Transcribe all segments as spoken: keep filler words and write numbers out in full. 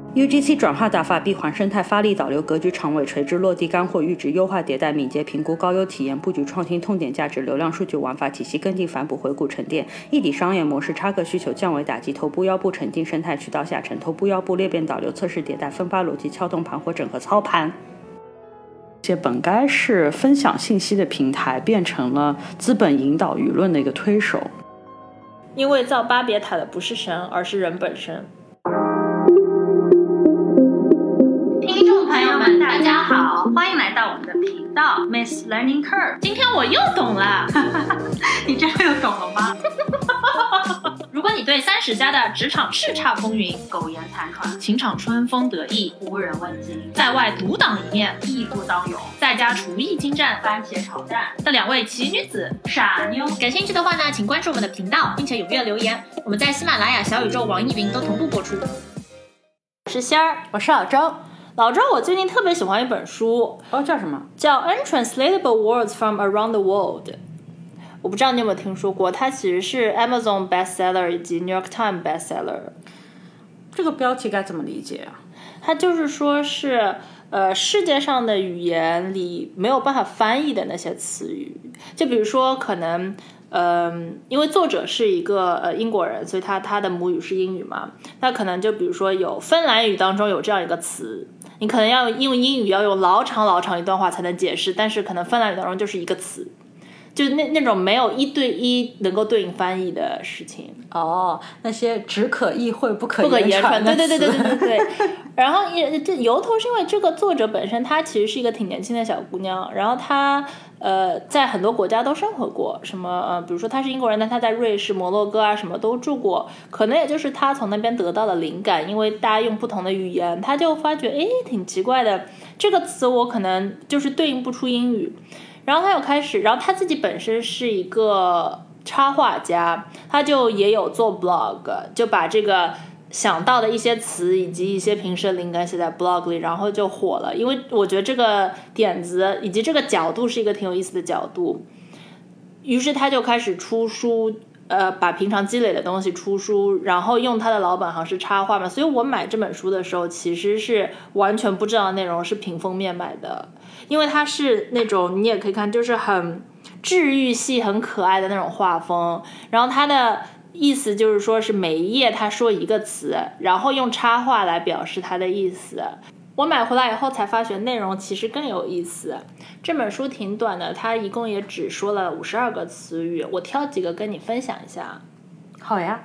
U G C 转化打法闭环生态发力导流格局长尾垂直落地干货阈值优化迭代敏捷评估高优体验布局创新痛点价值流量数据玩法体系跟进反哺回顾沉淀一体商业模式插客需求降维打击头部腰部沉浸生态渠道下沉头部腰部裂变导流测试迭代分发逻辑撬动盘或整合操盘。这本该是分享信息的平台变成了资本引导舆论的一个推手， 因为造巴别塔的不是神，而是人本身。 听众朋友们大家好，欢迎来到我们的频道 Miss Learning Curve。 今天我又懂了你真的又懂了吗如果你对三十加的职场叱咤风云、苟延残喘、情场春风得意、无人问津，在外独当一面、义不当勇，在家厨艺精湛、番茄炒蛋的两位奇女子傻妞， 感兴趣的话呢，请关注我们的频道，并且踊跃留言。我们在喜马拉雅、小宇宙、网易云都同步播出。 我是仙儿， 我是老周。 老周，我最近特别喜欢一本书， 哦，叫什么？ 叫 Untranslatable Words from Around the World。 我不知道你有没有听说过，它其实是 Amazon bestseller 以及 New York Times bestseller。 这个标题该怎么理解啊？ 它就是说是呃世界上的语言里没有办法翻译的那些词语，就比如说可能嗯、呃，因为作者是一个呃英国人，所以他他的母语是英语嘛，那可能就比如说有芬兰语当中有这样一个词，你可能要用英语要用老长老长一段话才能解释，但是可能芬兰语当中就是一个词，就是那那种没有一对一能够对应翻译的事情。 哦，那些只可意会不可不可言传， 的对对对对对对对。然后也这由头是因为这个作者本身她其实是一个挺年轻的小姑娘，然后她呃在很多国家都生活过，什么呃比如说她是英国人，但她在瑞士、摩洛哥啊什么都住过，可能也就是她从那边得到了灵感，因为大家用不同的语言，她就发觉诶挺奇怪的，这个词我可能就是对应不出英语。然后他又开始，然后他自己本身是一个插画家，他就也有做 blog， 就把这个想到的一些词以及一些平时的灵感写在 blog 里，然后就火了。因为我觉得这个点子以及这个角度是一个挺有意思的角度，于是他就开始出书，呃，把平常积累的东西出书，然后用他的老本行是插画嘛，所以我买这本书的时候其实是完全不知道内容，是凭封面买的。因为它是那种你也可以看就是很治愈系很可爱的那种画风，然后它的意思就是说是每一页他说一个词，然后用插画来表示它的意思。我买回来以后才发觉内容其实更有意思。这本书挺短的，它一共也只说了五十二个词语，我挑几个跟你分享一下。 好呀。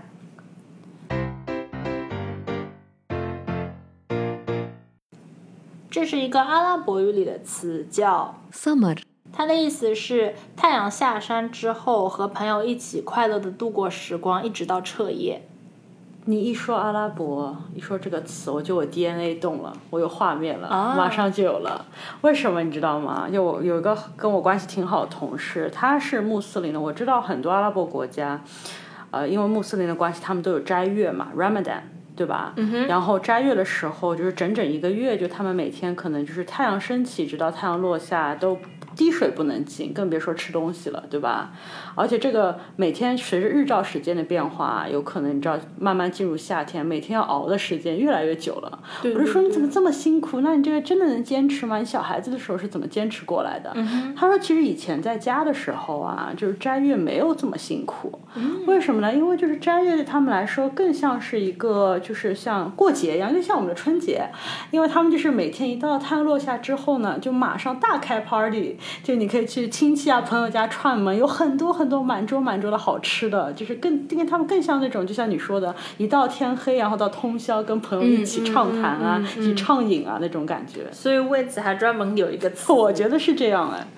这是一个阿拉伯语里的词叫 Summer， 它的意思是太阳下山之后和朋友一起快乐的度过时光，一直到彻夜。 你一说阿拉伯，一说这个词，我觉得我 D N A 动了，我有画面了、啊、马上就有了。为什么你知道吗？就我有一个跟我关系挺好的同事，他是穆斯林的，我知道很多阿拉伯国家呃，因为穆斯林的关系他们都有斋月嘛 Ramadan，对吧、 嗯、 然后斋月的时候就是整整一个月，就他们每天可能就是太阳升起直到太阳落下都滴水不能进，更别说吃东西了，对吧？而且这个每天随着日照时间的变化，有可能你知道慢慢进入夏天，每天要熬的时间越来越久了。 对对对， 我就说你怎么这么辛苦，那你这个真的能坚持吗？你小孩子的时候是怎么坚持过来的、 嗯、 他说其实以前在家的时候啊，就是斋月没有这么辛苦、 嗯、 为什么呢？因为就是斋月对他们来说更像是一个就是像过节一样，就像我们的春节，因为他们就是每天一到太阳落下之后呢，就马上大开 party，就你可以去亲戚啊朋友家串门，有很多很多满桌满桌的好吃的，就是更跟他们更像那种就像你说的一到天黑然后到通宵跟朋友一起畅谈啊、 嗯嗯嗯嗯、 一起畅饮啊那种感觉。 所以为此还专门有一个词， 我觉得是这样哎。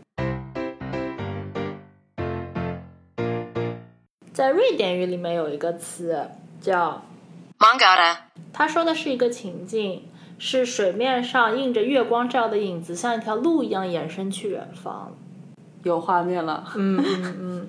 在瑞典语里面有一个词叫 Mangata， 它说的是一个情境，是水面上映着月光照的影子像一条路一样延伸去远方。 有画面了。 嗯嗯嗯。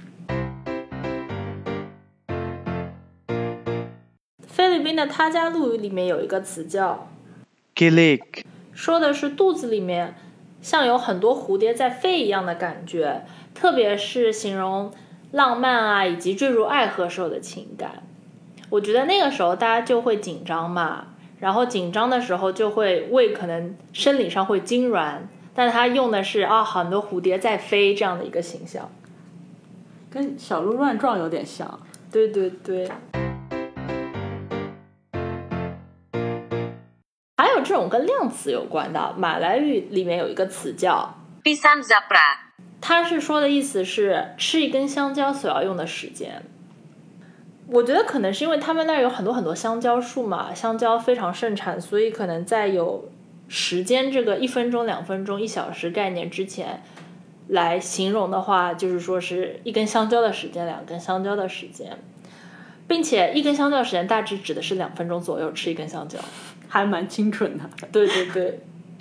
菲律宾的他加路语里面有一个词叫 Kilik， 说的是肚子里面像有很多蝴蝶在飞一样的感觉，特别是形容浪漫啊以及坠入爱河时候的情感。我觉得那个时候大家就会紧张嘛， 然后紧张的时候就会胃可能生理上会痉挛，但他用的是啊很多蝴蝶在飞这样的一个形象， 跟小鹿乱撞有点像。 对对对。还有这种跟量词有关的，马来语里面有一个词叫 pisang zapra， 它是说的意思是吃一根香蕉所要用的时间。我觉得可能是因为他们那儿有很多很多香蕉树嘛，香蕉非常盛产，所以可能在有时间这个一分钟、两分钟、一小时概念之前来形容的话，就是说是一根香蕉的时间，两根香蕉的时间，并且一根香蕉的时间大致指的是两分钟左右吃一根香蕉， 还蛮精准的。 对对对。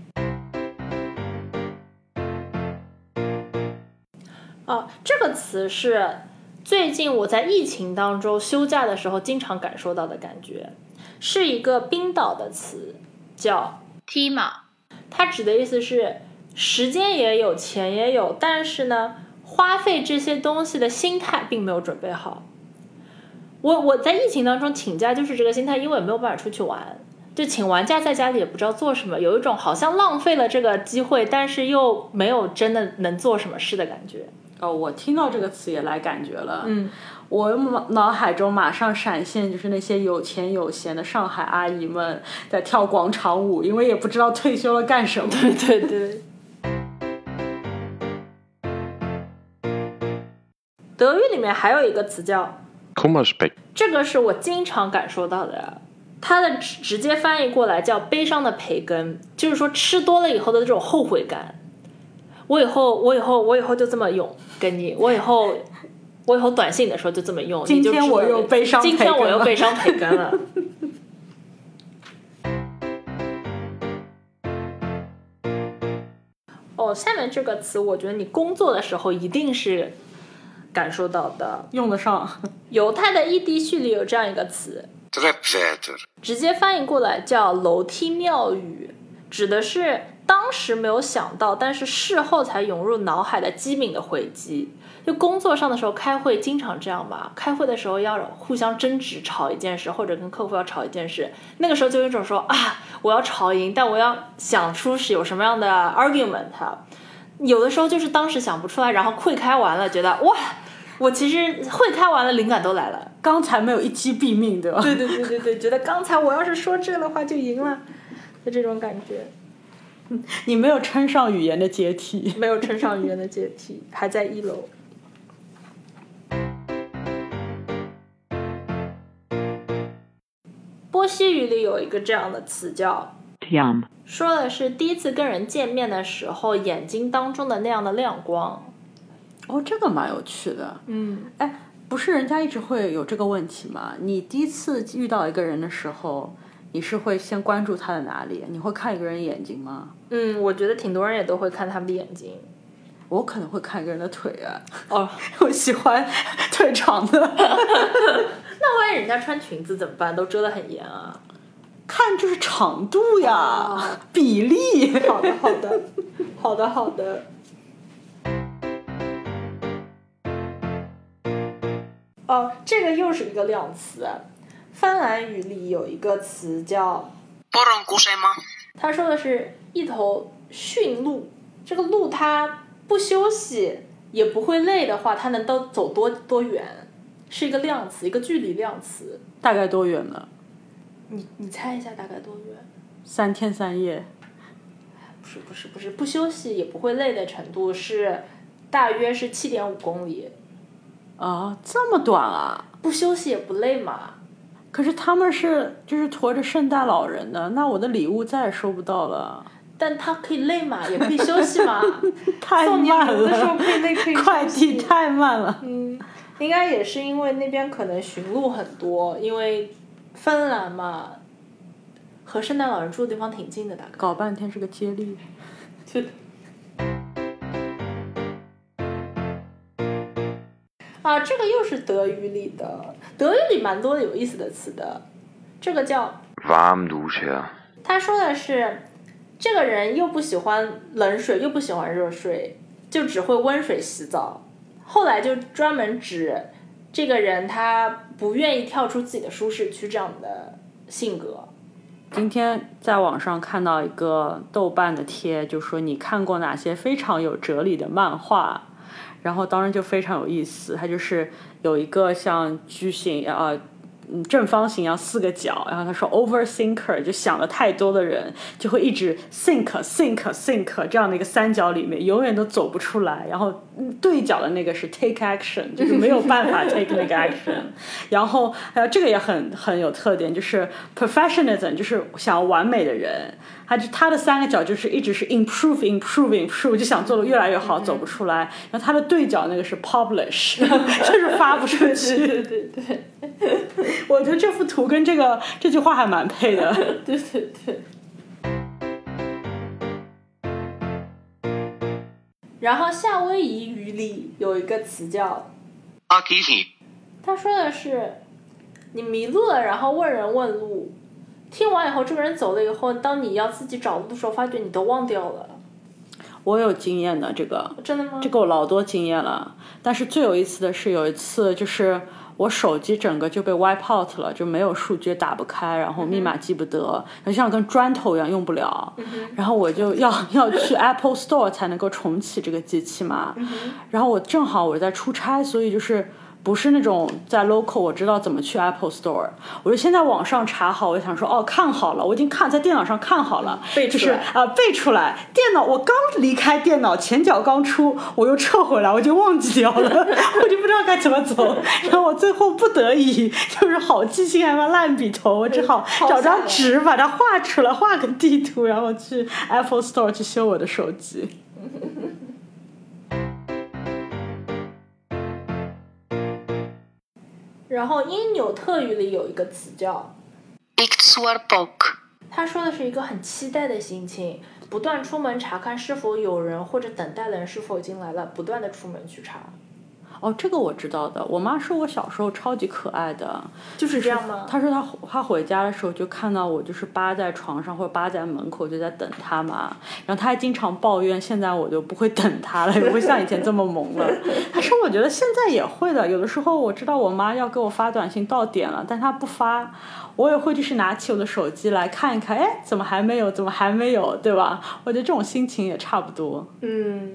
哦，这个词是最近我在疫情当中休假的时候经常感受到的感觉，是一个冰岛的词，叫 tima， 它指的意思是时间也有，钱也有，但是呢，花费这些东西的心态并没有准备好。我我在疫情当中请假就是这个心态，因为没有办法出去玩，就请完假在家里也不知道做什么，有一种好像浪费了这个机会，但是又没有真的能做什么事的感觉。 哦，我听到这个词也来感觉了。 嗯， 我脑海中马上闪现就是那些有钱有闲的上海阿姨们在跳广场舞，因为也不知道退休了干什么。 对对对。德语里面还有一个词叫 Kummerspeck， 这个是我经常感受到的，它的直接翻译过来叫悲伤的培根，就是说吃多了以后的这种后悔感。我以后我以后我以后就这么用跟你，我以后我以后短信的时候就这么用。 今天我又悲伤培根了， 今天我又悲伤培根了。哦，下面这个词我觉得你工作的时候一定是感受到的， 用得上。 犹太的伊迪叙里有这样一个词，直接翻译过来叫楼梯庙宇，指的是当时没有想到，但是事后才涌入脑海的机敏的回击。就工作上的时候开会经常这样嘛，开会的时候要互相争执吵一件事，或者跟客户要吵一件事，那个时候就有一种说啊，我要吵赢，但我要想出是有什么样的 argument。 有的时候就是当时想不出来，然后会开完了觉得哇，我其实会开完了灵感都来了， 刚才没有一击毙命，对吧？ 对对对对对，觉得刚才我要是说这的话就赢了，就这种感觉。 你没有撑上语言的阶梯， 没有撑上语言的阶梯，还在一楼。波西语里有一个这样的词叫 Tiam， 说的是第一次跟人见面的时候眼睛当中的那样的亮光。 哦，这个蛮有趣的。 嗯， 哎，不是人家一直会有这个问题吗？你第一次遇到一个人的时候，你是会先关注他的哪里？你会看一个人眼睛吗？ 嗯，我觉得挺多人也都会看他们的眼睛。 我可能会看一个人的腿啊。 哦， 我喜欢腿长的。 那万一人家穿裙子怎么办？都遮得很严啊。 看就是长度呀， 哦、 比例。 好的，好的，好的，好的。哦，这个又是一个量词。芬兰语里有一个词叫 poronkusema， 他说的是一头驯鹿，这个鹿它不休息也不会累的话，它能都走多多远，是一个量词，一个距离量词。 大概多远呢？ 你你猜一下大概多远？ 三天三夜？ 不是不是不是，不休息也不会累的程度是大约是七点五公里。 啊，这么短啊！ 不休息也不累嘛。 可是他们是就是驮着圣诞老人的，那我的礼物再也收不到了。 但他可以累嘛，也可以休息嘛。 太慢了， 送你礼物的时候可以累可以休息。 快递太慢了。 嗯，应该也是因为那边可能驯鹿很多，因为芬兰嘛，和圣诞老人住的地方挺近的，大概。 搞半天是个接力。 就啊，这个又是德语里的，德语里蛮多的有意思的词的。这个叫 Warmdusche， 他说的是这个人又不喜欢冷水又不喜欢热水，就只会温水洗澡。后来就专门指这个人他不愿意跳出自己的舒适区这样的性格。 今天在网上看到一个豆瓣的贴，就说你看过哪些非常有哲理的漫画，然后当时就非常有意思，它就是有一个像矩形呃嗯正方形一样四个角，然后他说 overthinker 就想了太多的人就会一直 think think think 这样的一个三角里面永远都走不出来，然后对角的那个是 take action 就是没有办法 take 那个 action 然后还有这个也很很有特点，就是 perfectionism 就是想要完美的人，他他的三个角就是一直是 improve improve improve 就想做的越来越好走不出来，然后他的对角那个是 publish 就是发不出去对对对我觉得这幅图跟这个这句话还蛮配的对对对。然后夏威夷语里有一个词叫 Akihi， 他说的是你迷路了，然后问人问路，听完以后这个人走了以后，当你要自己找路的时候发觉你都忘掉了。 我有经验的这个真的吗？ 这个我老多经验了，但是最有意思的是有一次就是我手机整个就被 wipe out 了，就没有数据打不开，然后密码记不得，就像跟砖头一样用不了，然后我就要要去 Apple Store 才能够重启这个机器嘛，然后我正好我在出差，所以就是不是那种在 local 我知道怎么去 Apple Store， 我就先在网上查好，我就想说哦看好了，我已经看在电脑上看好了， 背出来就是啊、呃、背出来，电脑我刚离开电脑前脚刚出，我又撤回来，我就忘记掉了，我就不知道该怎么走，然后我最后不得已就是好记性还蛮烂笔头，我只好找张纸把它画出来，画个地图，然后去 Apple Store 去修我的手机。 然后因纽特语里有一个词叫 Iksuarpok， 他说的是一个很期待的心情，不断出门查看是否有人或者等待的人是否已经来了，不断的出门去查。 哦，这个我知道的。我妈说我小时候超级可爱的， 就是这样吗？ 她说她她回家的时候就看到我就是扒在床上或者扒在门口就在等她嘛，然后她还经常抱怨现在我就不会等她了，也不会像以前这么萌了。她说我觉得现在也会的，有的时候我知道我妈要给我发短信到点了，但她不发，我也会就是拿起我的手机来看一看，哎，怎么还没有？怎么还没有？对吧？我觉得这种心情也差不多。 嗯。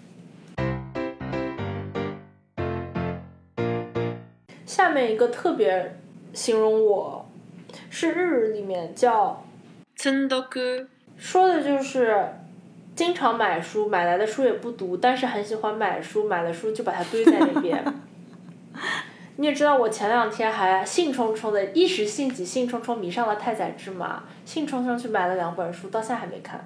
下面一个特别形容我，是日语里面叫積読， 说的就是经常买书，买来的书也不读，但是很喜欢买书，买了书就把它堆在那边。你也知道我前两天还兴冲冲的一时兴起兴冲冲迷上了太宰治嘛，兴冲冲去买了两本书，到现在还没看。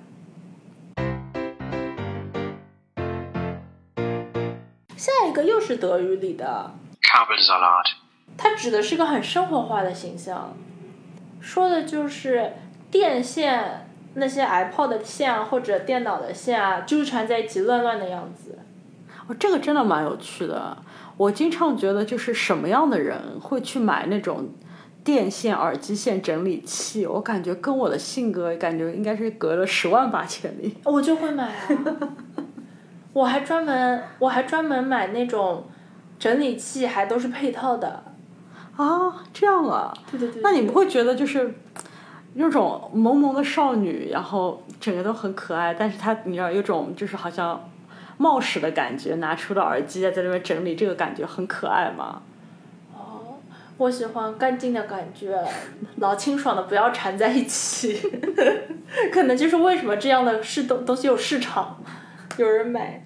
下一个又是德语里的 Kabelsalat， 它指的是一个很生活化的形象，说的就是电线那些 iPod 的线啊或者电脑的线啊纠缠在一起乱乱的样子。 哦，这个真的蛮有趣的。我经常觉得就是什么样的人会去买那种电线耳机线整理器，我感觉跟我的性格感觉应该是隔了十万八千里。 我就会买啊我还专门我还专门买那种整理器还都是配套的啊，这样啊。 对对 对, 对那你不会觉得就是那种萌萌的少女，然后整个都很可爱，但是她你知道有种就是好像冒失的感觉，拿出了耳机在那边整理，这个感觉很可爱吗？ 哦，我喜欢干净的感觉，老清爽的不要缠在一起可能就是为什么这样的是东东西有市场，有人买。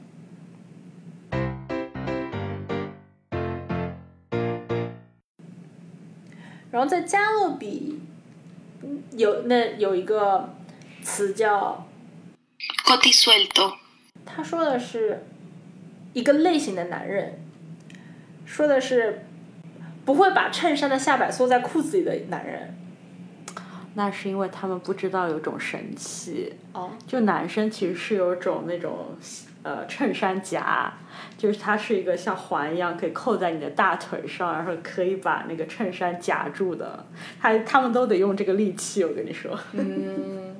然后在加勒比有那有一个词叫 Coti suelto， 他说的是一个类型的男人，说的是不会把衬衫的下摆缩在裤子里的男人。 那是因为他们不知道有种神器哦， 就男生其实是有种那种呃衬衫夹，就是它是一个像环一样可以扣在你的大腿上，然后可以把那个衬衫夹住的，他他们都得用这个利器，我跟你说。 嗯。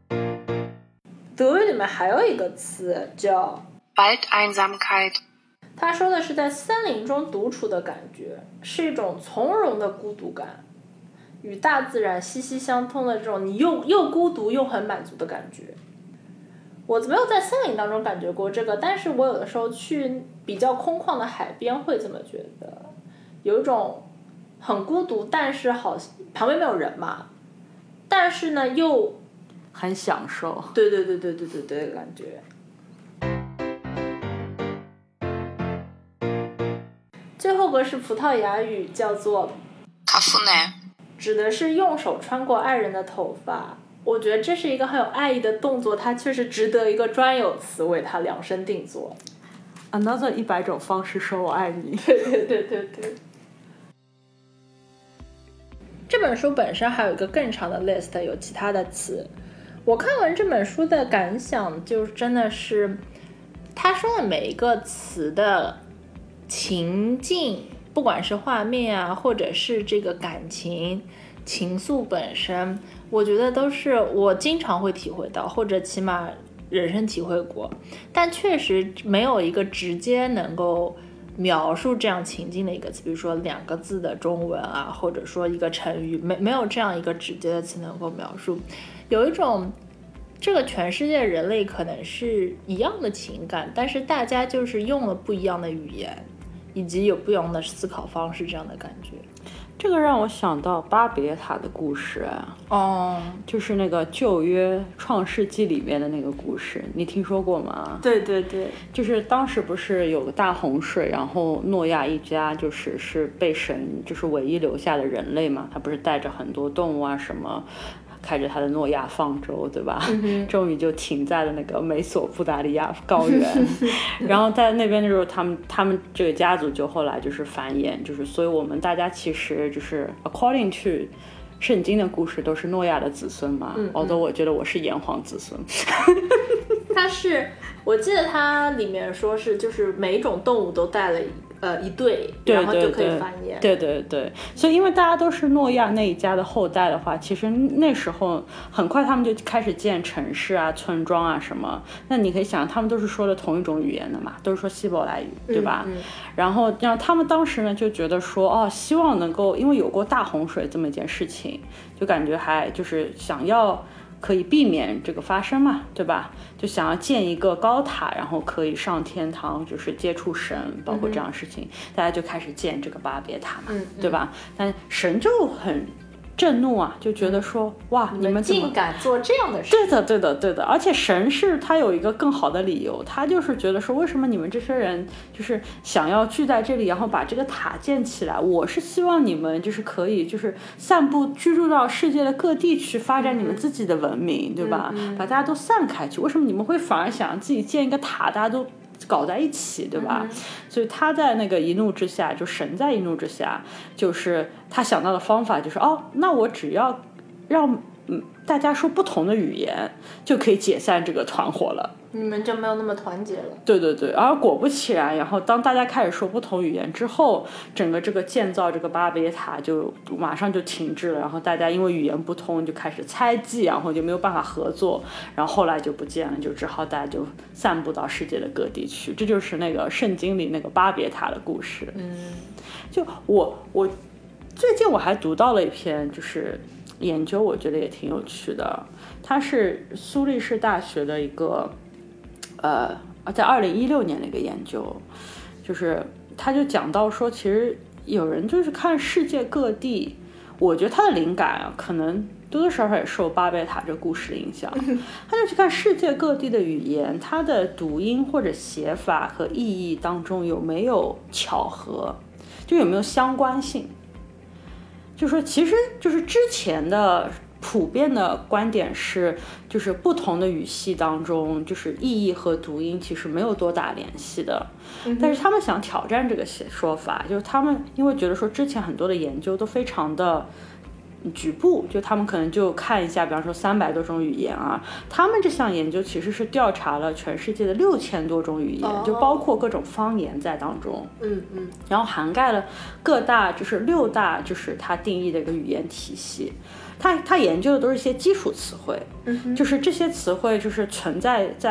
德语里面还有一个词叫 Waldeinsamkeit， 他说的是在森林中独处的感觉，是一种从容的孤独感，与大自然息息相通的这种你又又孤独又很满足的感觉。我没有在森林当中感觉过这个，但是我有的时候去比较空旷的海边会这么觉得，有一种很孤独，但是好旁边没有人嘛，但是呢又很享受。 对对对对对对对，感觉。最后个是葡萄牙语，叫做 cafuné， 指的是用手穿过爱人的头发。我觉得这是一个很有爱意的动作，它确实值得一个专有词为它量身定做。 Another 一百种方式说我爱你。 对对对对对。这本书本身还有一个更长的 list， 有其他的词。我看完这本书的感想，就真的是他说的每一个词的情境，不管是画面啊，或者是这个感情情愫本身，我觉得都是我经常会体会到，或者起码人生体会过，但确实没有一个直接能够描述这样情境的一个词，比如说两个字的中文啊，或者说一个成语，没没有这样一个直接的词能够描述。有一种这个全世界人类可能是一样的情感，但是大家就是用了不一样的语言，以及有不一样的思考方式，这样的感觉。 这个让我想到巴别塔的故事哦， 就是那个旧约创世纪里面的那个故事，你听说过吗？ 对对对， 就是当时不是有个大洪水，然后诺亚一家就是是被神就是唯一留下的人类嘛，他不是带着很多动物啊什么，开着他的诺亚方舟，对吧？嗯、终于就停在了那个美索不达利亚高原。然后在那边的时候，他们他们这个家族就后来就是繁衍，就是所以我们大家其实就是 according to 圣经的故事都是诺亚的子孙嘛。嗯，although我觉得我是炎黄子孙。 他是，我记得他里面说是就是每一种动物都带了一。呃，一对，然后就可以繁衍。 对对 对, 对, 对，所以因为大家都是诺亚那一家的后代的话，其实那时候很快他们就开始建城市啊、村庄啊什么。那你可以想，他们都是说的同一种语言的嘛，都是说希伯来语，对吧？嗯嗯、然后让他们当时呢就觉得说，哦，希望能够，因为有过大洪水这么一件事情，就感觉还就是想要。可以避免这个发生嘛，对吧？就想要建一个高塔，然后可以上天堂，就是接触神，包括这样的事情，嗯、大家就开始建这个巴别塔嘛，嗯嗯、对吧？但神就很震怒啊，就觉得说，哇， 你们竟敢做这样的事？ 对的，对的，对的。而且神是他有一个更好的理由，他就是觉得说，为什么你们这些人就是想要聚在这里，然后把这个塔建起来？我是希望你们就是可以就是散布居住到世界的各地去，发展你们自己的文明，嗯、对吧？嗯、把大家都散开去。为什么你们会反而想自己建一个塔，大家都搞在一起，对吧？嗯、所以他在那个一怒之下，就神在一怒之下，就是他想到的方法就是，哦，那我只要让嗯大家说不同的语言，就可以解散这个团伙了。 你们就没有那么团结了。 对对对，而果不其然，然后当大家开始说不同语言之后，整个这个建造这个巴别塔就马上就停滞了，然后大家因为语言不通就开始猜忌，然后就没有办法合作，然后后来就不见了，就只好大家就散布到世界的各地去。这就是那个圣经里那个巴别塔的故事。嗯，就我我最近我还读到了一篇就是研究，我觉得也挺有趣的，它是苏黎世大学的一个呃，在二零一六年的一个研究，就是他就讲到说，其实有人就是看世界各地，我觉得他的灵感啊，可能多多少少也受巴别塔这个故事的影响，他就去看世界各地的语言，它的读音或者写法和意义当中有没有巧合，就有没有相关性。就说其实就是之前的普遍的观点是，就是不同的语系当中，就是意义和读音其实没有多大联系的。嗯、但是他们想挑战这个说法，就是他们因为觉得说之前很多的研究都非常的局部，就他们可能就看一下，比方说三百多种语言啊，他们这项研究其实是调查了全世界的六千多种语言，哦、就包括各种方言在当中，嗯嗯，然后涵盖了各大就是六大就是它定义的一个语言体系。他他研究的都是一些基础词汇，嗯、就是这些词汇就是存在在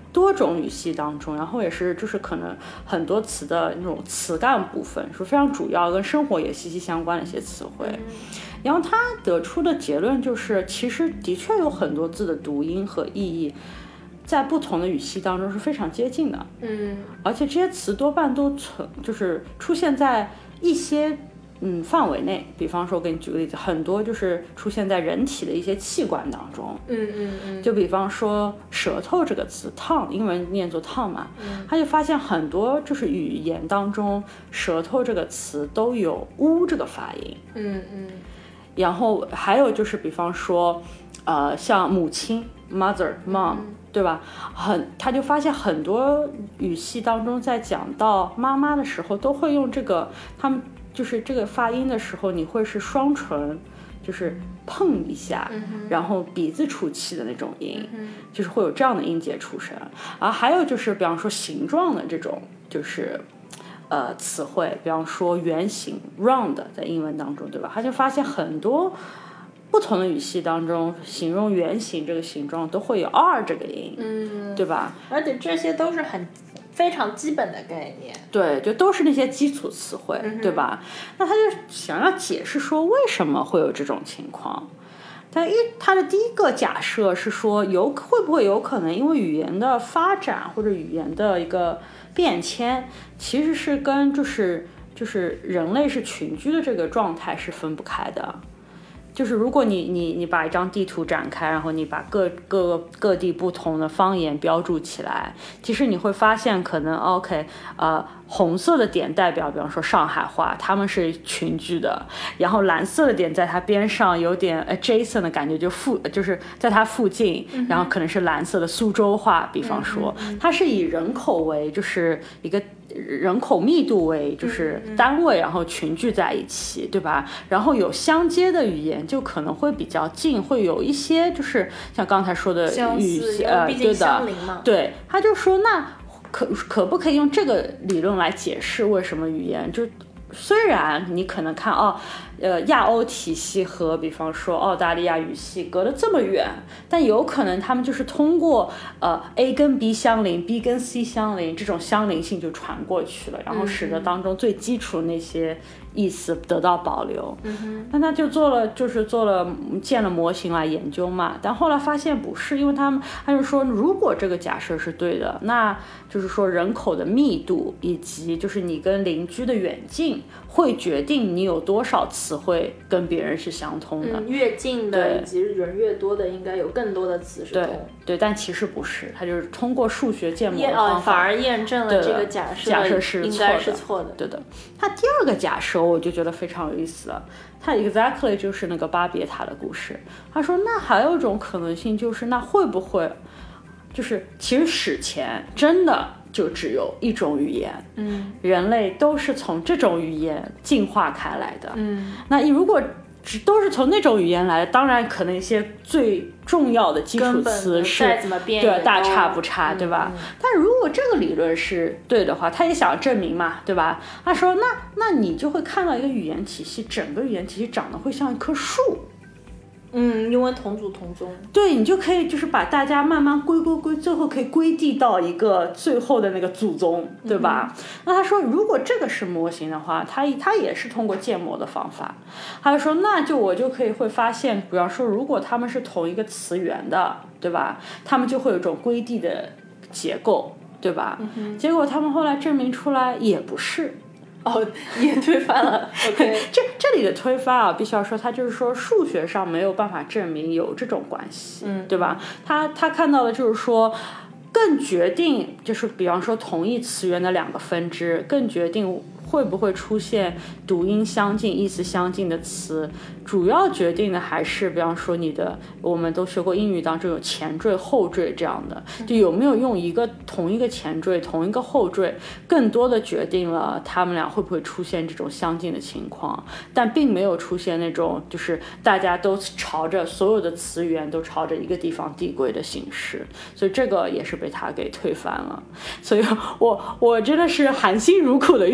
多种语系当中，然后也是就是可能很多词的那种词干部分是非常主要，跟生活也息息相关的一些词汇。然后他得出的结论就是，其实的确有很多字的读音和意义在不同的语系当中是非常接近的。 嗯， 而且这些词多半都存就是出现在一些嗯范围内，比方说我给你举个例子，很多就是出现在人体的一些器官当中。 嗯嗯嗯， 就比方说舌头这个词 tongue， 英文念作 tongue 嘛， 嗯， 他就发现很多就是语言当中舌头这个词都有 u 这个发音。 嗯嗯， 然后还有就是比方说呃像母亲 mother mom，嗯，对吧？很，他就发现很多语系当中在讲到妈妈的时候都会用这个，他们就是这个发音的时候，你会是双唇就是碰一下， 嗯， 然后鼻子出气的那种音，嗯，就是会有这样的音节出声。而还有就是比方说形状的这种就是呃词汇，比方说圆形 round 在英文当中，对吧？他就发现很多不同的语系当中形容圆形这个形状都会有 r 这个音， 嗯， 对吧？ 而且这些都是很非常基本的概念， 对，就都是那些基础词汇， 嗯， 对吧？那他就想要解释说为什么会有这种情况。但一他的第一个假设是说有会不会有可能因为语言的发展或者语言的一个变迁其实是跟就是就是人类是群居的这个状态是分不开的。就是如果你你你把一张地图展开，然后你把各各各地不同的方言标注起来，其实你会发现可能 OK 呃红色的点代表比方说上海话，他们是群居的，然后蓝色的点在它边上有点 adjacent 的感觉，就附就是在它附近，然后可能是蓝色的苏州话，比方说它是以人口为就是一个人口密度为就是单位，然后群聚在一起，对吧？然后有相接的语言就可能会比较近，会有一些就是像刚才说的语系，呃，对的，对，他就说那可可不可以用这个理论来解释为什么语言就虽然你可能看哦，呃，亚欧体系和比方说澳大利亚语系隔得这么远，但有可能他们就是通过呃 A 跟 B 相邻 ，B 跟 C 相邻，这种相邻性就传过去了，然后使得当中最基础的那些意思得到保留。嗯哼，那他就做了，就是做了建了模型来研究嘛，但后来发现不是，因为他们他就说，如果这个假设是对的，那就是说人口的密度以及就是你跟邻居的远近会决定你有多少词汇跟别人是相通的。 嗯，越近的以及人越多的应该有更多的词是通。 对对，但其实不是，它就是通过数学建模的方法， 反而验证了这个假设假设是应该是错的。 对的。它第二个假设我就觉得非常有意思了，它 exactly 就是那个巴别塔的故事。他说那还有一种可能性就是那会不会就是其实史前真的就只有一种语言，嗯，人类都是从这种语言进化开来的，嗯，那如果只都是从那种语言来的，当然可能一些最重要的基础词是再怎么变对大差不差， 嗯、 对吧、 嗯？ 但如果这个理论是对的话，他也想证明嘛，对吧？他说那那你就会看到一个语言体系，整个语言体系长得会像一棵树。 嗯，因为同祖同宗， 对，你就可以就是把大家慢慢归归归，最后可以归地到一个最后的那个祖宗，对吧？嗯、那他说，如果这个是模型的话，他他也是通过建模的方法。他就说，那就我就可以会发现，比方说，如果他们是同一个词源的，对吧？他们就会有一种归地的结构，对吧？嗯、结果他们后来证明出来也不是。 哦，也推翻了。OK， 这这里的推翻啊，必须要说，他就是说数学上没有办法证明有这种关系，嗯，对吧？他他看到的就是说，更决定就是比方说同一词源的两个分支，更决定会不会出现读音相近、意思相近的词，主要决定的还是比方说你的，我们都学过英语当中有前缀、后缀这样的，就有没有用一个同一个前缀、同一个后缀，更多的决定了他们俩会不会出现这种相近的情况，但并没有出现那种就是大家都朝着所有的词源都朝着一个地方递归的形式，所以这个也是被他给推翻了。所以我我真的是含辛茹苦的阅读了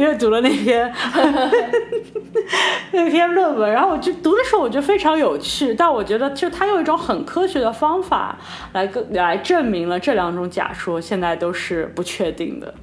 那篇那篇论文，然后我就读的时候我觉得非常有趣，但我觉得就他用一种很科学的方法来来证明了这两种假说现在都是不确定的。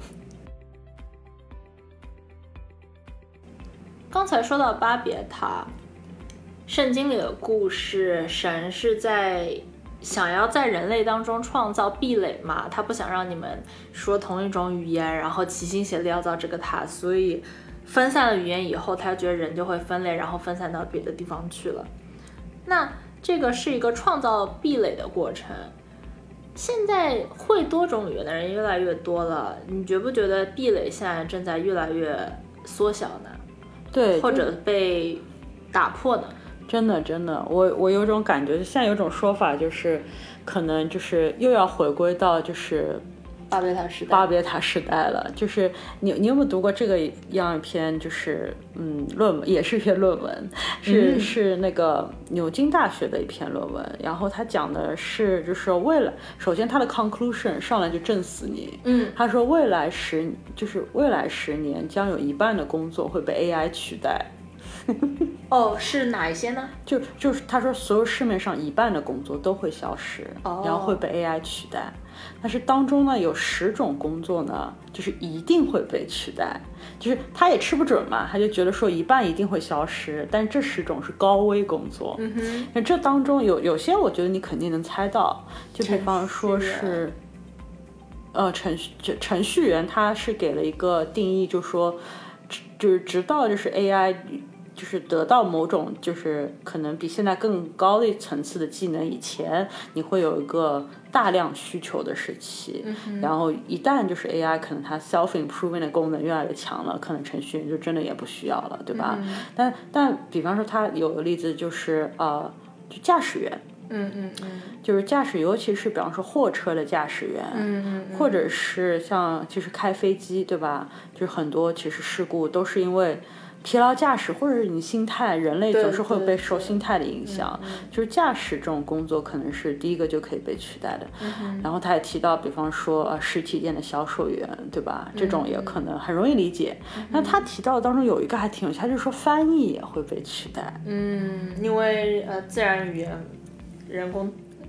刚才说到巴别塔，圣经里的故事，神是在想要在人类当中创造壁垒嘛，他不想让你们说同一种语言，然后齐心协力要造这个塔，所以分散了语言以后，他觉得人就会分裂，然后分散到别的地方去了。那这个是一个创造壁垒的过程。现在会多种语言的人越来越多了，你觉不觉得壁垒现在正在越来越缩小呢？ 对， 或者被打破呢？ 真的真的，我我有种感觉，现在有种说法就是，可能就是又要回归到就是巴别塔时代， 巴别塔时代了。就是你你有没有读过这个样一篇就是嗯论文，也是一篇论文，是、嗯、是那个牛津大学的一篇论文，然后他讲的是就是说未来，首先他的 conclusion 上来就震死你， 嗯， 他说未来十就是未来十年将有一半的工作会被 A I 取代。 哦，是哪一些呢？ 就就是他说，所有市面上一半的工作都会消失， 哦、 然后会被 A I 取代。但是当中呢，有十种工作呢，就是一定会被取代。就是他也吃不准嘛，他就觉得说一半一定会消失，但这十种是高危工作。 嗯哼， 那这当中有有些，我觉得你肯定能猜到，就比方说是，呃，程序程序员，他是给了一个定义，就说，就是直到就是 A I。就是得到某种就是可能比现在更高的层次的技能以前，你会有一个大量需求的时期、 嗯、 然后一旦就是 A I 可能它 self improving 的功能越来越强了，可能程序员就真的也不需要了，对吧、 嗯、 但但比方说他有个例子就是呃就驾驶员， 嗯嗯嗯， 就是驾驶，尤其是比方说货车的驾驶员， 嗯嗯嗯， 或者是像就是开飞机，对吧？就是很多其实事故都是因为疲劳驾驶，或者是你心态，人类总是会被受心态的影响。就是驾驶这种工作可能是第一个就可以被取代的。 嗯、 然后他也提到，比方说呃实体店的销售员，对吧？这种也可能很容易理解。 嗯、 那他提到当中有一个还挺有趣，他就说翻译也会被取代。 嗯，因为呃自然语言、人工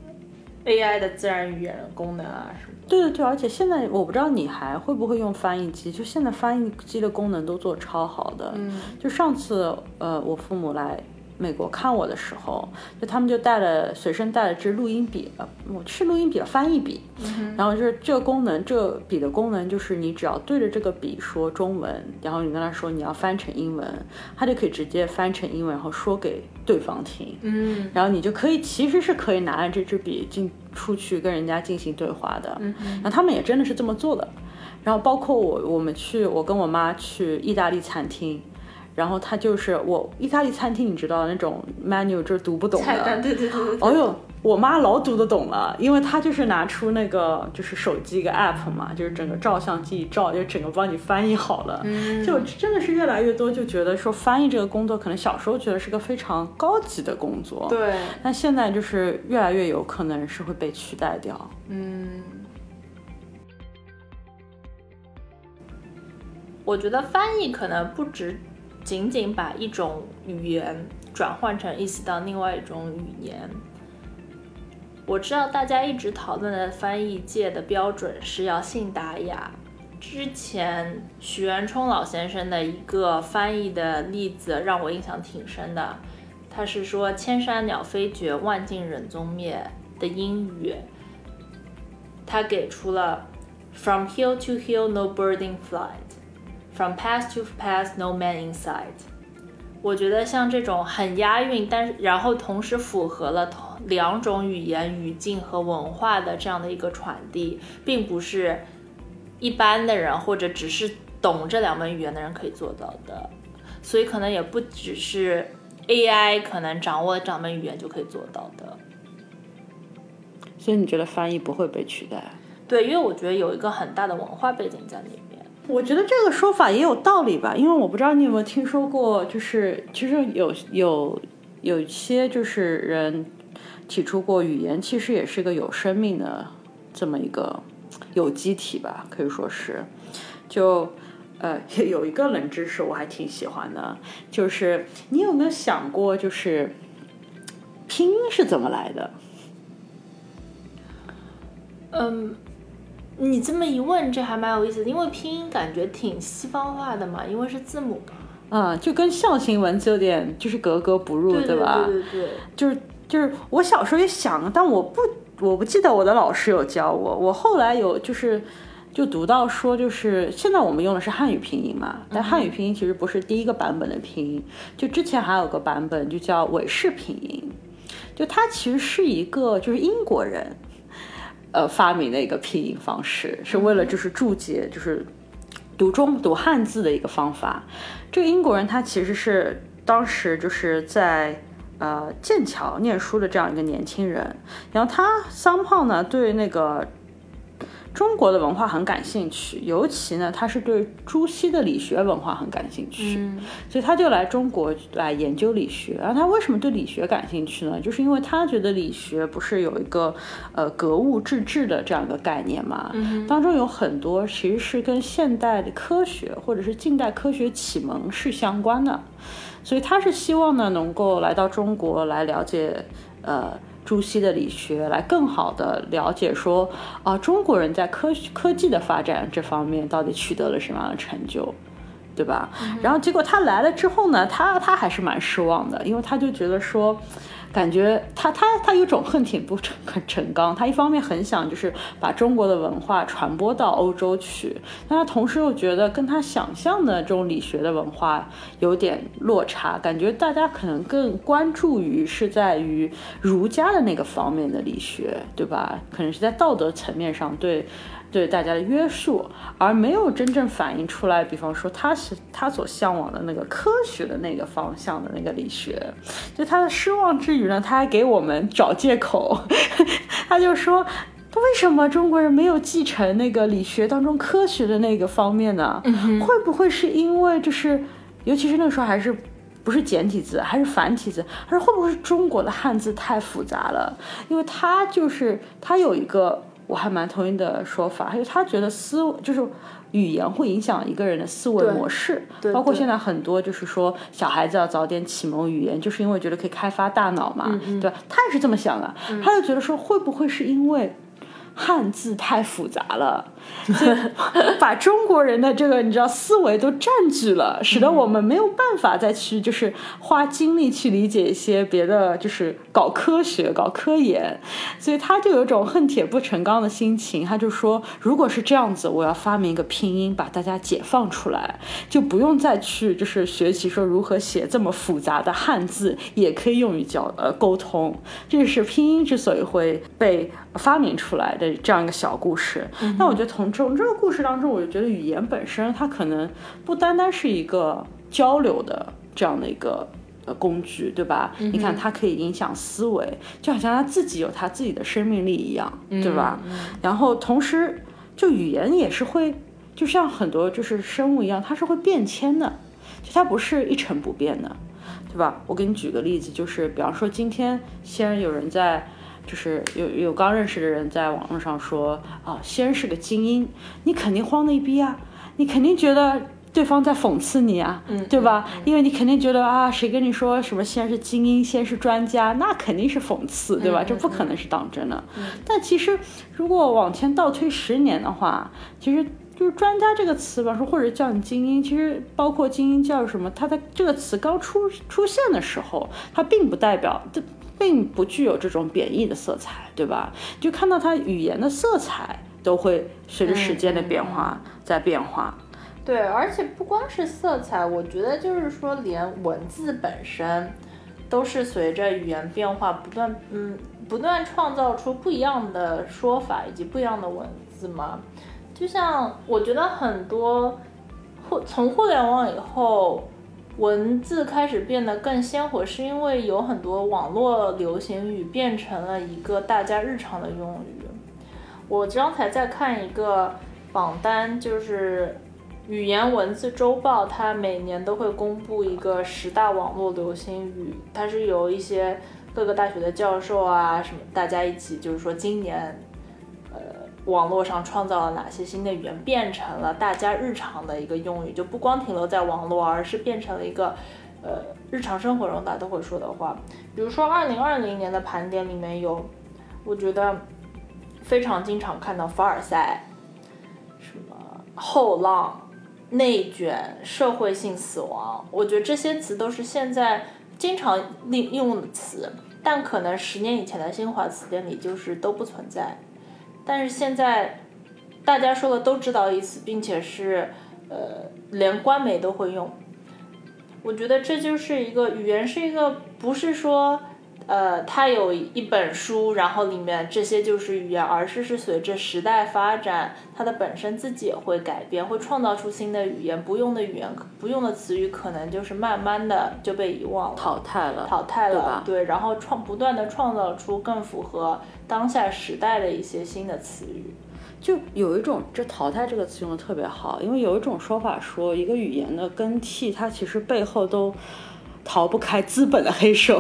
A I 的自然语言功能啊什么。 对对对，而且现在我不知道你还会不会用翻译机，就现在翻译机的功能都做超好的。 嗯， 就上次呃我父母来美国看我的时候，就他们就带了随身带了支录音笔，呃，我是录音笔，翻译笔。 嗯、 然后就是这个功能，这个笔的功能就是你只要对着这个笔说中文，然后你跟他说你要翻成英文，他就可以直接翻成英文，然后说给对方听。 嗯， 然后你就可以其实是可以拿着这支笔进出去跟人家进行对话的。 嗯， 然后他们也真的是这么做的。然后包括我我们去我跟我妈去意大利餐厅，然后他就是我意大利餐厅你知道那种 menu 就是读不懂的， 菜单，对对对对。 哦呦，我妈老读得懂了，因为她就是拿出那个就是手机一个 app 嘛，就是整个照相机一照，就整个帮你翻译好了。 嗯， 就真的是越来越多就觉得说翻译这个工作，可能小时候觉得是个非常高级的工作， 对， 但现在就是越来越有可能是会被取代掉。 嗯。我觉得翻译可能不只仅仅把一种语言转换成意思到另外一种语言。我知道大家一直讨论的翻译界的标准是要信达雅。之前许渊冲老先生的一个翻译的例子让我印象挺深的，他是说千山鸟飞绝，万径人踪灭的英语，他给出了 From hill to hill no birding flight，From pass to pass no man in sight。 我觉得像这种很押韵，但是然后同时符合了两种语言语境和文化的这样的一个传递，并不是一般的人或者只是懂这两门语言的人可以做到的，所以可能也不只是 A I 可能掌握这两门语言就可以做到的。 所以你觉得翻译不会被取代？ 对，因为我觉得有一个很大的文化背景在里面。 我觉得这个说法也有道理吧，因为我不知道你有没有听说过，就是其实有有有一些就是人提出过，语言其实也是个有生命的这么一个有机体吧，可以说是。就呃，有一个冷知识我还挺喜欢的，就是你有没有想过，就是拼音是怎么来的？ 嗯，你这么一问，这还蛮有意思的，因为拼音感觉挺西方化的嘛，因为是字母嘛。 嗯，就跟象形文字有点就是格格不入， 对吧？ 对对对对， 就是就是我小时候也想，但我不我不记得我的老师有教我，我后来有就是就读到说，就是现在我们用的是汉语拼音嘛，但汉语拼音其实不是第一个版本的拼音，就之前还有个版本就叫韦氏拼音，就它其实是一个就是英国人呃发明的一个拼音方式，是为了就是注解就是读中读汉字的一个方法。这个英国人他其实是当时就是在呃剑桥念书的这样一个年轻人，然后他somehow呢对那个中国的文化很感兴趣，尤其呢他是对朱熹的理学文化很感兴趣、嗯、所以他就来中国来研究理学。然后他为什么对理学感兴趣呢？就是因为他觉得理学不是有一个呃格物致知的这样一个概念嘛、嗯、当中有很多其实是跟现代的科学或者是近代科学启蒙是相关的，所以他是希望呢能够来到中国来了解呃朱熹的理学，来更好的了解说啊，中国人在科科技的发展这方面到底取得了什么样的成就，对吧、嗯、然后结果他来了之后呢，他他还是蛮失望的，因为他就觉得说感觉他他他有种恨铁不成成钢，他一方面很想就是把中国的文化传播到欧洲去，但他同时又觉得跟他想象的这种理学的文化有点落差，感觉大家可能更关注于是在于儒家的那个方面的理学，对吧？可能是在道德层面上对对大家的约束，而没有真正反映出来，比方说他是他所向往的那个科学的那个方向的那个理学。就他的失望之余呢，他还给我们找借口他就说为什么中国人没有继承那个理学当中科学的那个方面呢、嗯、会不会是因为就是尤其是那个时候还是不是简体字还是繁体字，他说会不会是中国的汉字太复杂了，因为他就是他有一个我还蛮同意的说法，还有他觉得思就是语言会影响一个人的思维模式，包括现在很多就是说小孩子要早点启蒙语言，就是因为觉得可以开发大脑嘛，嗯嗯对吧？他也是这么想的、嗯、他就觉得说会不会是因为汉字太复杂了，就把中国人的这个你知道思维都占据了，使得我们没有办法再去就是花精力去理解一些别的就是搞科学搞科研，所以他就有种恨铁不成钢的心情，他就说如果是这样子，我要发明一个拼音把大家解放出来，就不用再去就是学习说如何写这么复杂的汉字也可以用于交呃沟通，这是拼音之所以会被发明出来的这样一个小故事。嗯、那我觉得从从这个故事当中，我就觉得语言本身它可能不单单是一个交流的这样的一个呃工具，对吧、嗯、你看它可以影响思维，就好像它自己有它自己的生命力一样，对吧、嗯嗯、然后同时就语言也是会就像很多就是生物一样，它是会变迁的，就它不是一成不变的，对吧？我给你举个例子，就是比方说今天先有人在就是有有刚认识的人在网络上说啊，西恩是个精英，你肯定慌的一逼啊，你肯定觉得对方在讽刺你啊，嗯、对吧、嗯嗯？因为你肯定觉得啊，谁跟你说什么西恩是精英，西恩是专家，那肯定是讽刺，对吧？嗯、这不可能是当真的。嗯、但其实如果往前倒推十年的话，其实就是专家这个词吧，说或者叫你精英，其实包括精英教育什么，它的这个词刚出出现的时候，它并不代表这。并不具有这种贬义的色彩，对吧？就看到它语言的色彩都会随着时间的变化在变化、嗯嗯、对，而且不光是色彩，我觉得就是说连文字本身都是随着语言变化不断嗯不断创造出不一样的说法以及不一样的文字嘛。就像我觉得很多互从互联网以后文字开始变得更鲜活，是因为有很多网络流行语变成了一个大家日常的用语。我刚才在看一个榜单，就是语言文字周报，它每年都会公布一个十大网络流行语，它是由一些各个大学的教授啊什么大家一起就是说今年呃网络上创造了哪些新的语言，变成了大家日常的一个用语，就不光停留在网络，而是变成了一个呃日常生活中大家都会说的话。比如说二零二零年的盘点里面有，我觉得非常经常看到凡尔赛、什么后浪、内卷、社会性死亡，我觉得这些词都是现在经常利用的词，但可能十年以前的新华词典里就是都不存在。但是现在大家说的都知道意思，并且是呃连官媒都会用。我觉得这就是一个语言，是一个不是说呃它有一本书然后里面这些就是语言，而是是随着时代发展，它的本身自己也会改变，会创造出新的语言，不用的语言不用的词语可能就是慢慢的就被遗忘了， 淘汰了淘汰了， 对吧？ 对，然后创不断的创造出更符合当下时代的一些新的词语。 就有一种，这淘汰这个词用的特别好，因为有一种说法说，一个语言的更替，它其实背后都逃不开资本的黑手。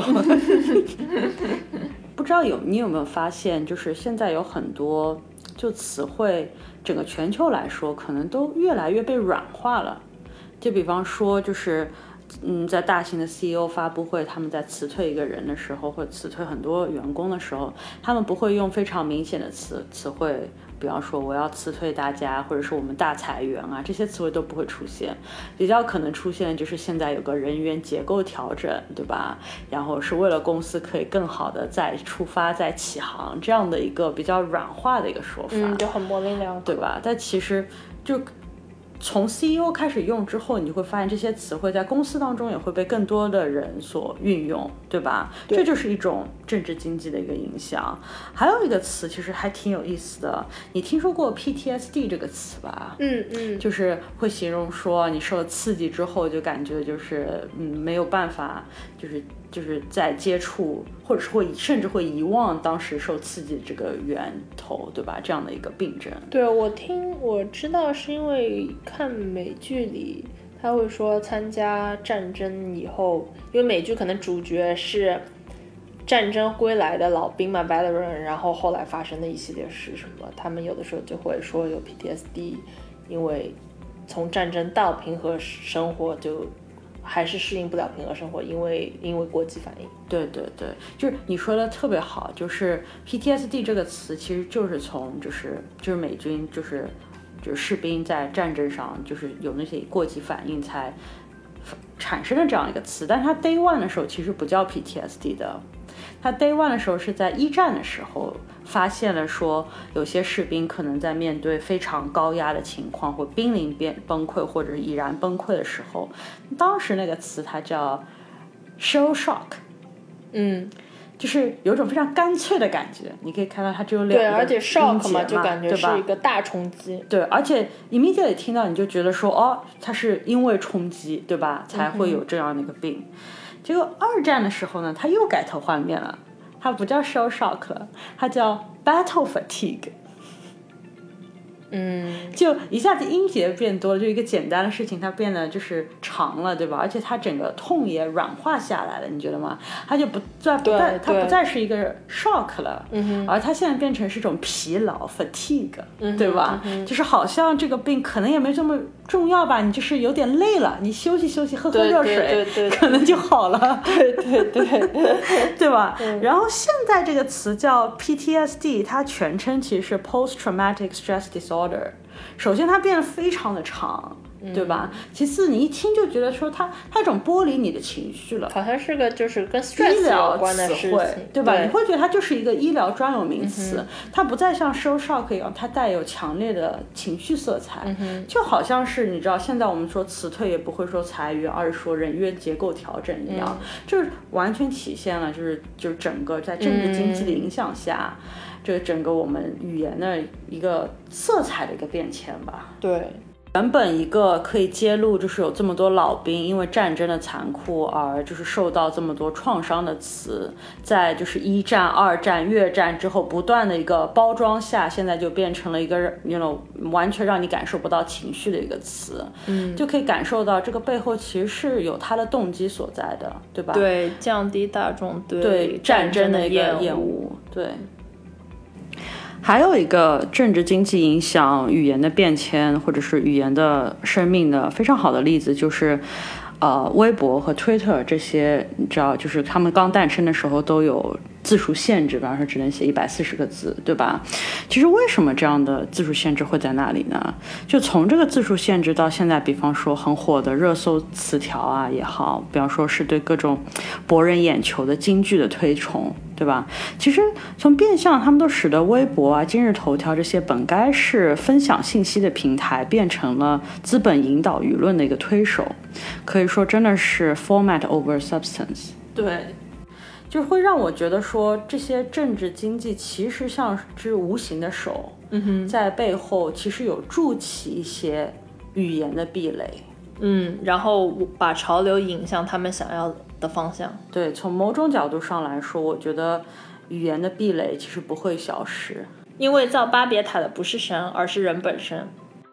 不知道有你有没有发现，就是现在有很多就词汇，整个全球来说，可能都越来越被软化了。就比方说，就是嗯，在大型的 C E O 发布会，他们在辞退一个人的时候，或者辞退很多员工的时候，他们不会用非常明显的词词汇，比方说我要辞退大家，或者是我们大裁员啊，这些词汇都不会出现。比较可能出现的就是现在有个人员结构调整，对吧？然后是为了公司可以更好的再出发、再起航，这样的一个比较软化的一个说法， 嗯，就很模棱两可， 对吧？但其实就从 C E O 开始用之后，你就会发现这些词汇在公司当中也会被更多的人所运用，对吧？ 对， 这就是一种政治经济的一个影响。还有一个词其实还挺有意思的，你听说过 P T S D 这个词吧？ 嗯嗯， 就是会形容说你受了刺激之后就感觉就是嗯没有办法，就是就是在接触，或者是会甚至会遗忘当时受刺激的这个源头，对吧？这样的一个病症。 对，我听我知道是因为看美剧里他会说参加战争以后，因为美剧可能主角是战争归来的老兵嘛 veteran， 然后后来发生的一系列事什么，他们有的时候就会说有 P T S D， 因为从战争到平和生活就还是适应不了平和生活，因为因为国际反应。 对对对，就是你说的特别好，就是 P T S D 这个词其实就是从就是就是美军就是就是士兵在战争上就是有那些过激反应才产生的这样一个词，但是它 Day One 的时候其实不叫 P T S D 的，它 Day One 的时候是在一战的时候发现了说有些士兵可能在面对非常高压的情况或濒临崩溃或者已然崩溃的时候，当时那个词它叫 shell shock， 嗯， 就是有一种非常干脆的感觉，你可以看到它只有两个音节嘛， 对，而且 shock 嘛，就感觉对吧是一个大冲击。 对，而且 immediately 听到你就觉得说，哦，它是因为冲击，对吧，才会有这样的一个病。嗯、结果二战的时候呢，它又改头换面了，它不叫 shell shock 了，它叫 battle fatigue。 嗯， 就一下子音节变多了，就一个简单的事情它变得就是长了，对吧？而且它整个痛也软化下来了，你觉得吗？它就不再不再它不再是一个 shock 了， 嗯， 而它现在变成是一种疲劳 fatigue，、 嗯、 对吧、 嗯？ 就是好像这个病可能也没这么重要吧，你就是有点累了，你休息休息，喝喝热水， 对对对对可能就好了， 对对对， 对吧、嗯？然后现在这个词叫 P T S D， 它全称其实是 Post Traumatic Stress Disorder。首先它变得非常的长，对吧、嗯、其次你一听就觉得说它它一种剥离你的情绪了， 好像是个就是跟 stress 有关的事情， 对吧？ 对， 你会觉得它就是一个医疗专有名词、 嗯、 它不再像 shell shock 一样它带有强烈的情绪色彩、 嗯、 就好像是你知道现在我们说辞退也不会说裁员，而是说人员结构调整一样、嗯、就是完全体现了就是就是整个在政治经济的影响下、嗯这整个我们语言的一个色彩的一个变迁吧。 对， 原本一个可以揭露就是有这么多老兵因为战争的残酷而就是受到这么多创伤的词，在就是一战、二战、越战之后不断的一个包装下，现在就变成了一个 you know 完全让你感受不到情绪的一个词。 嗯， 就可以感受到这个背后其实是有它的动机所在的，对吧？ 对，降低大众对对战争的一个厌厌恶，对。 还有一个政治经济影响语言的变迁或者是语言的生命的非常好的例子，就是呃，微博和 Twitter 这些，你知道，就是他们刚诞生的时候都有字数限制，比方说只能写一百四十个字，对吧？其实为什么这样的字数限制会在那里呢？就从这个字数限制到现在，比方说很火的热搜词条啊也好，比方说是对各种博人眼球的金句的推崇，对吧？其实从变相，他们都使得微博啊、今日头条这些本该是分享信息的平台，变成了资本引导舆论的一个推手。可以说真的是 format over substance。 对， 就会让我觉得说这些政治经济其实像只无形的手， 嗯哼， 在背后其实有筑起一些语言的壁垒， 嗯，然后把潮流引向他们想要的方向。 对，从某种角度上来说，我觉得语言的壁垒其实不会消失， 因为造巴别塔的不是神，而是人本身。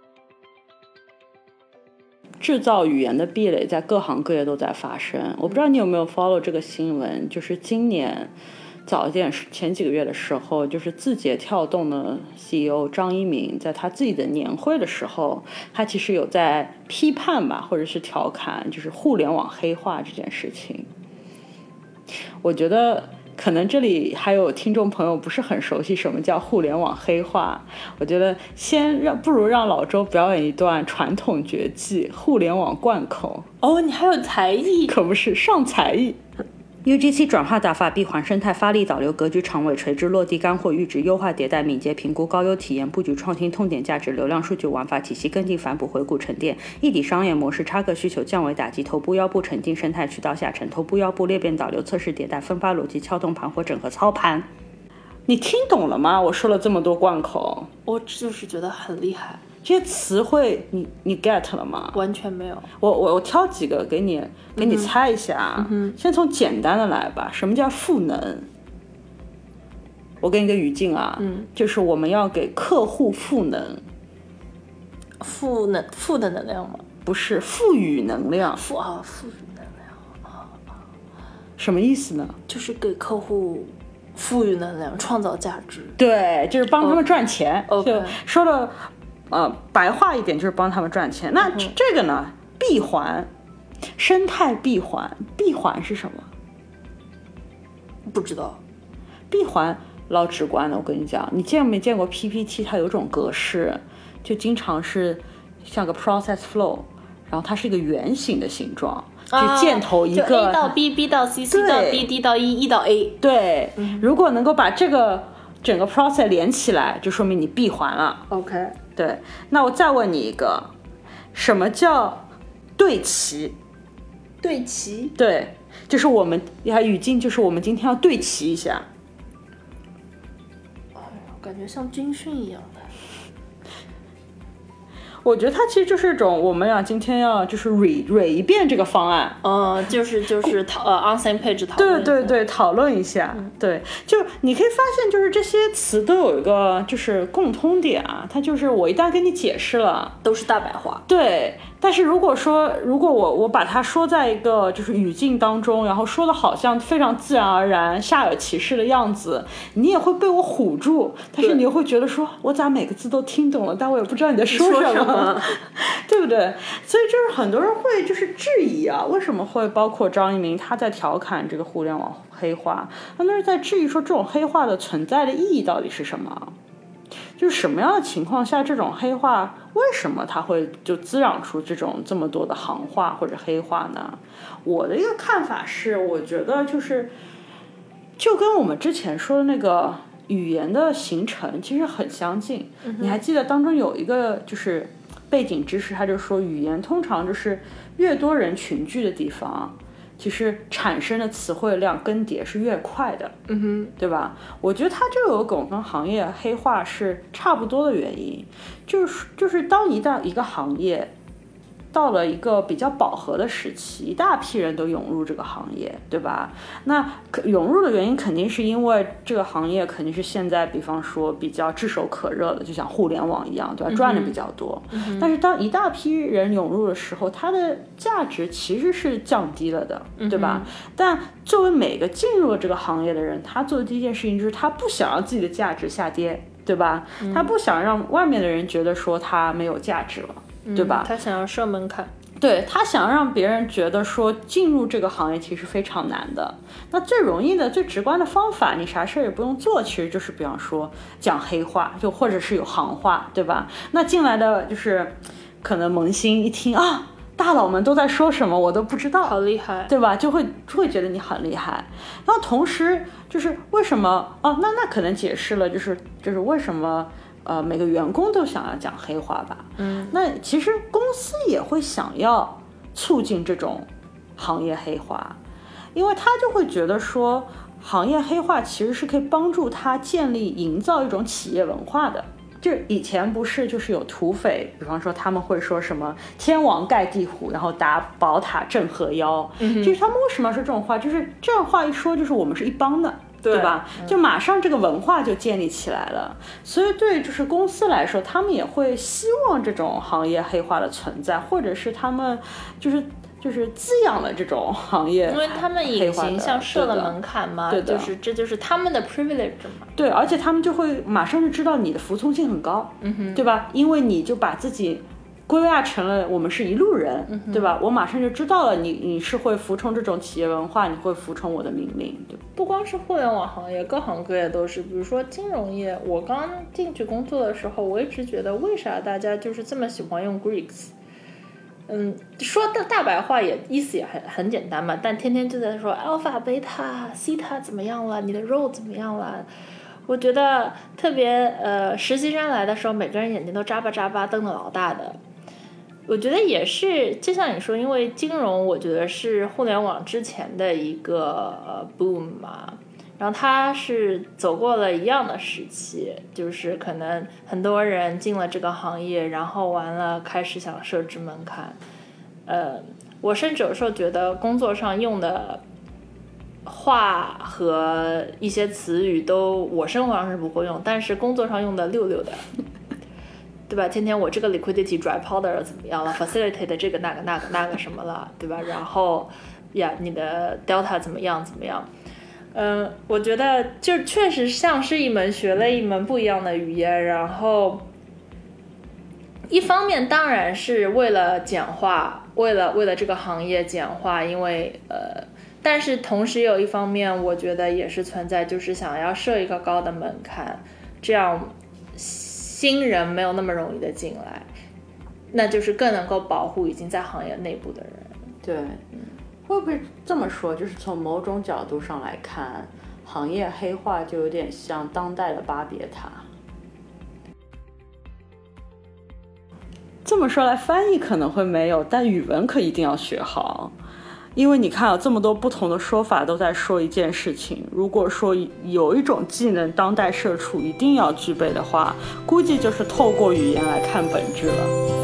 制造语言的壁垒在各行各业都在发生。我不知道你有没有 follow 这个新闻，就是今年早一点前几个月的时候，就是字节跳动的 C E O 张一鸣在他自己的年会的时候，他其实有在批判吧，或者是调侃就是互联网黑化这件事情。我觉得可能这里还有听众朋友不是很熟悉什么叫互联网黑化，我觉得先让不如让老周表演一段传统绝技互联网贯口。 哦，你还有才艺？ 可不是，上才艺。U G C 转化打法闭环生态发力导流格局长尾垂直落地干货阈值优化迭代敏捷评估高优体验布局创新痛点价值流量数据玩法体系跟进反哺回顾沉淀一体商业模式插客需求降维打击头部腰部沉浸生态渠道下沉头部腰部裂变导流测试迭代分发逻辑撬动盘活整合操盘。你听懂了吗？我说了这么多贯口， 我就是觉得很厉害。 这些词汇你你 get 了吗？ 完全没有。 我我我挑几个给你给你猜一下、嗯、先从简单的来吧。什么叫赋能？我给你个语境啊、嗯、就是我们要给客户赋能。 赋能负的能量吗？ 不是，赋予能量。 赋啊赋予能量啊， 什么意思呢？ 就是给客户赋予能量，创造价值。 对，就是帮他们赚钱。 哦、 就说了呃，白话一点就是帮他们赚钱。那这个呢？闭环，生态闭环，闭环是什么？ 不知道。 闭环老直观了，我跟你讲，你见没见过 P P T？ 它有种格式，就经常是像个 process flow， 然后它是一个圆形的形状，就箭头一个、 啊、就 A 到 B，B 到 C，C 到 D，D 到 E，E 到 A。 对、 嗯， 如果能够把这个整个 process 连起来，就说明你闭环了。 OK。 对，那我再问你一个，什么叫对齐？ 对齐？ 对，就是我们还语境，就是我们今天要对齐一下。 哎呀，感觉像军训一样的。 我觉得它其实就是一种我们俩今天要就是 re re 一遍这个方案， 嗯，就是就是讨呃 on same page 讨论， 对对对，讨论一下、嗯，对，就你可以发现，就是这些词都有一个就是共通点啊，它就是我一旦跟你解释了， 都是大白话， 对。但是如果说如果我我把它说在一个就是语境当中，然后说的好像非常自然而然下有其事的样子，你也会被我唬住，但是你又会觉得说我咋每个字都听懂了，但我也不知道你在说什么， 什么对不对？所以就是很多人会就是质疑啊，为什么会包括张一鸣他在调侃这个互联网黑化，很多人在质疑说这种黑化的存在的意义到底是什么，就是什么样的情况下这种黑化为什么它会就滋养出这种这么多的行话或者黑话呢？我的一个看法是，我觉得就是就跟我们之前说的那个语言的形成其实很相近、嗯、你还记得当中有一个就是背景知识，他就说语言通常就是越多人群聚的地方，其实产生的词汇量更迭是越快的， 嗯哼， 对吧？我觉得它就有跟跟行业黑化是差不多的原因，就是就是当一旦一个行业到了一个比较饱和的时期，一大批人都涌入这个行业，对吧？那涌入的原因肯定是因为这个行业肯定是现在比方说比较炙手可热的，就像互联网一样，对吧？赚的比较多、嗯、但是当一大批人涌入的时候，它的价值其实是降低了的，对吧、嗯、但作为每个进入了这个行业的人，他做的第一件事情就是他不想让自己的价值下跌， 对吧？嗯、他不想让外面的人觉得说他没有价值了，嗯、对吧？ 他想要设门槛。 对，他想让别人觉得说进入这个行业其实非常难的。那最容易的最直观的方法，你啥事儿也不用做，其实就是比方说讲黑话，就或者是有行话，对吧？那进来的就是可能萌新一听啊，大佬们都在说什么我都不知道， 好厉害， 对吧？就会就会觉得你很厉害。然后同时就是为什么哦，那那可能解释了就是就是为什么呃，每个员工都想要讲黑话吧？嗯，那其实公司也会想要促进这种行业黑话，因为他就会觉得说，行业黑话其实是可以帮助他建立、营造一种企业文化的。就以前不是就是有土匪，比方说他们会说什么“天王盖地虎”，然后打宝塔镇河妖，嗯、就是他们为什么要说这种话？就是这样话一说，就是我们是一帮的。对, 对吧、嗯、就马上这个文化就建立起来了。所以对就是公司来说，他们也会希望这种行业黑化的存在，或者是他们就是就是滋养了这种行业， 因为他们隐形像设了门槛嘛， 对的， 就是这就是他们的 privilege 嘛。 对，而且他们就会马上就知道你的服从性很高，嗯哼，对吧？因为你就把自己归纳成了我们是一路人、嗯、对吧？我马上就知道了你你是会服从这种企业文化，你会服从我的命令，对吧？ 不光是互联网行业，各行各业都是。比如说金融业，我刚进去工作的时候，我一直觉得为啥大家就是这么喜欢用 Greeks。嗯，说的大白话也意思也很很简单嘛，但天天就在说 alpha beta theta 怎么样了，你的 role 怎么样了。我觉得特别呃，实习生来的时候，每个人眼睛都眨巴眨巴，瞪得老大的。我觉得也是，就像你说，因为金融，我觉得是互联网之前的一个呃 boom 嘛，然后它是走过了一样的时期，就是可能很多人进了这个行业，然后完了开始想设置门槛。呃，我甚至有时候觉得工作上用的话和一些词语都我生活上是不会用，但是工作上用的溜溜的。对吧？天天我这个 liquidity dry powder 怎么样了 ？facilitate 这个那个那个那个什么了，对吧？然后呀，你的 delta 怎么样怎么样？嗯、呃，我觉得就确实像是一门学了一门不一样的语言，然后一方面当然是为了简化，为了为了这个行业简化，因为呃，但是同时有一方面，我觉得也是存在，就是想要设一个高的门槛，这样。新人没有那么容易的进来，那就是更能够保护已经在行业内部的人。 对，会不会这么说？就是从某种角度上来看，行业黑化就有点像当代的巴别塔。这么说来，翻译可能会没有，但语文可一定要学好。因为你看有这么多不同的说法都在说一件事情，如果说有一种技能当代社畜一定要具备的话，估计就是透过语言来看本质了。